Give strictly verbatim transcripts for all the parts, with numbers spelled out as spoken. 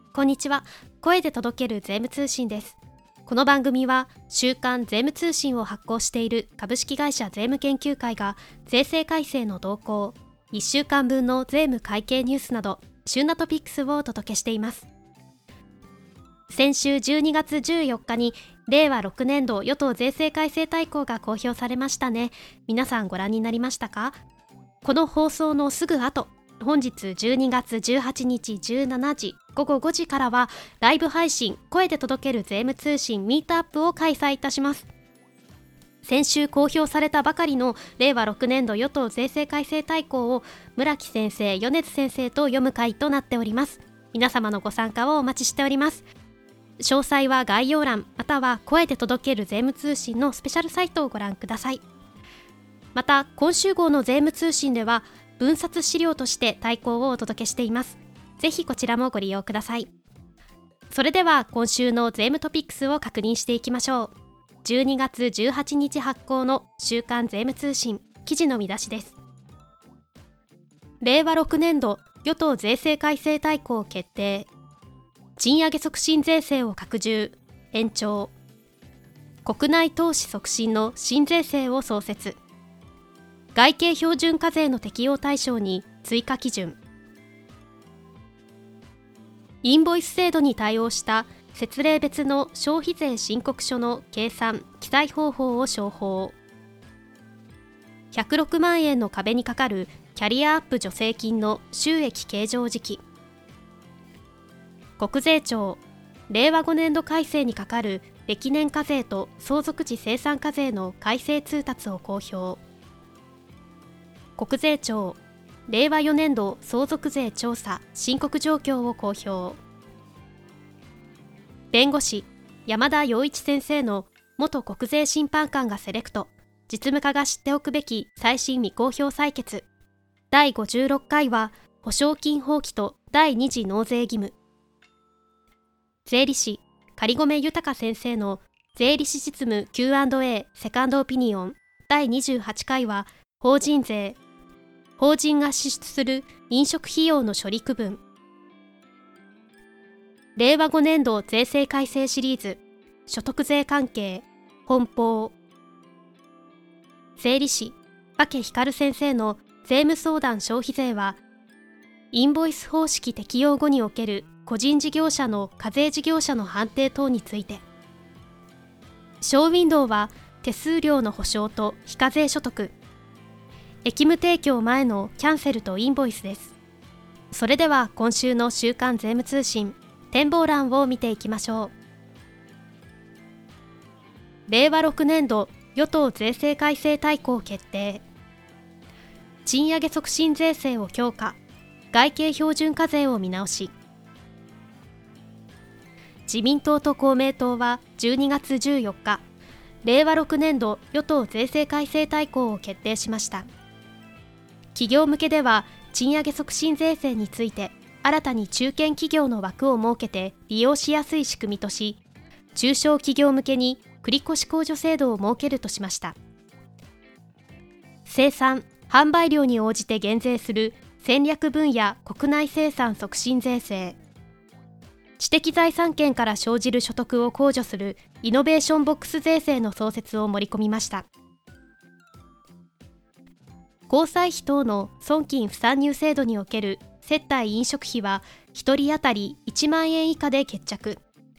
こんにちは。声で届ける税務通信です。この番組は週刊税務通信を発行している株式会社税務研究会が税制改正の動向、いっしゅうかんぶんの税務会計ニュースなど旬なトピックスをお届けしています。先週じゅうにがつじゅうよっかにれいわろくねんど与党税制改正大綱が公表されましたね。皆さんご覧になりましたか？この放送のすぐ後、本日じゅうにがつじゅうはちにちじゅうしちじごごごじからはライブ配信声で届ける税務通信ミートアップを開催いたします。先週公表されたばかりのれいわろくねんど与党税制改正大綱を村木先生、米津先生と読む会となっております。皆様のご参加をお待ちしております。詳細は概要欄または声で届ける税務通信のスペシャルサイトをご覧ください。また今週号の税務通信では分冊資料として大綱をお届けしています。ぜひこちらもご利用ください。それでは今週の税務トピックスを確認していきましょう。じゅうにがつじゅうはちにち発行の週刊税務通信記事の見出しです。れいわろくねんど与党税制改正大綱決定。賃上げ促進税制を拡充、延長。国内投資促進の新税制を創設。外形標準課税の適用対象に追加基準。インボイス制度に対応した節例別の消費税申告書の計算・記載方法を商法。ひゃくろくまんえんの壁にかかるキャリアアップ助成金の収益計上時期。国税庁、れいわごねんど改正にかかる歴年課税と相続時精算課税の改正通達を公表。国税庁、れいわよねんど相続税調査・申告状況を公表。弁護士、山田洋一先生の元国税審判官がセレクト、実務家が知っておくべき最新未公表採決。だいごじゅうろっかいは保証金放棄と第二次納税義務。税理士、仮込豊先生の税理士実務 キューアンドエー セカンドオピニオンだいにじゅうはちかいは法人税。法人が支出する飲食費用の処理区分。れいわごねんど税制改正シリーズ所得税関係本法。税理士化光先生の税務相談消費税はインボイス方式適用後における個人事業者の課税事業者の判定等について。ショーウィンドウは手数料の保証と非課税所得。役務提供前のキャンセルとインボイスです。それでは今週の週刊税務通信展望欄を見ていきましょう。れいわろくねんど与党税制改正大綱決定。賃上げ促進税制を強化、外形標準課税を見直し。自民党と公明党はじゅうにがつじゅうよっか、れいわろくねんど与党税制改正大綱を決定しました。企業向けでは賃上げ促進税制について新たに中堅企業の枠を設けて利用しやすい仕組みとし、中小企業向けに繰越控除制度を設けるとしました。生産・販売量に応じて減税する戦略分野国内生産促進税制。知的財産権から生じる所得を控除するイノベーションボックス税制の創設を盛り込みました。交際費等の損金不算入制度における接待飲食費はひとり当たりいちまんえん以下で決着。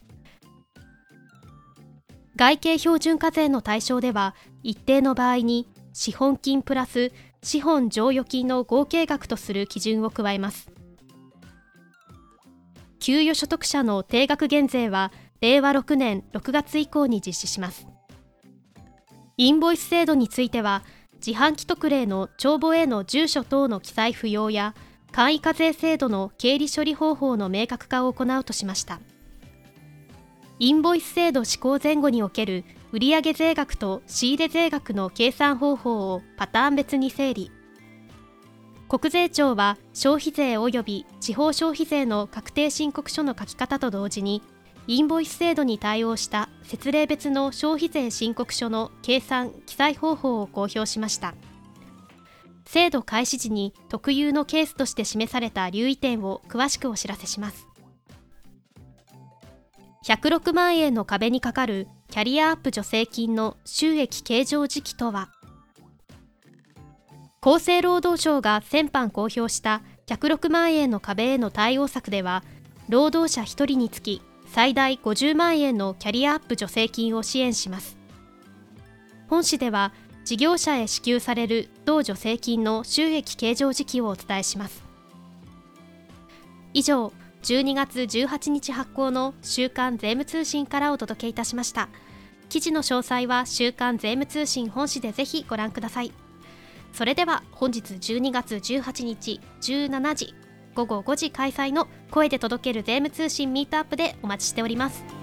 外形標準課税の対象では一定の場合に資本金プラス資本剰余金の合計額とする基準を加えます。給与所得者の定額減税はれいわろくねんろくがつ以降に実施します。インボイス制度については自販機特例の帳簿への住所等の記載不要や簡易課税制度の経理処理方法の明確化を行うとしました。インボイス制度施行前後における売上税額と仕入れ税額の計算方法をパターン別に整理。国税庁は消費税及び地方消費税の確定申告書の書き方と同時にインボイス制度に対応した節例別の消費税申告書の計算・記載方法を公表しました。制度開始時に特有のケースとして示された留意点を詳しくお知らせします。 ひゃくろくまんえんの壁にかかるキャリアアップ助成金の収益計上時期とは。厚生労働省が先般公表したひゃくろくまんえんの壁への対応策では、労働者ひとりにつき最大ごじゅうまんえんのキャリアアップ助成金を支援します。本誌では事業者へ支給される同助成金の収益計上時期をお伝えします。以上、じゅうにがつじゅうはちにち発行の週刊税務通信からお届けいたしました。記事の詳細は週刊税務通信本誌でぜひご覧ください。それでは本日じゅうにがつじゅうはちにちじゅうしちじごごごじ開催の声で届ける税務通信ミートアップでお待ちしております。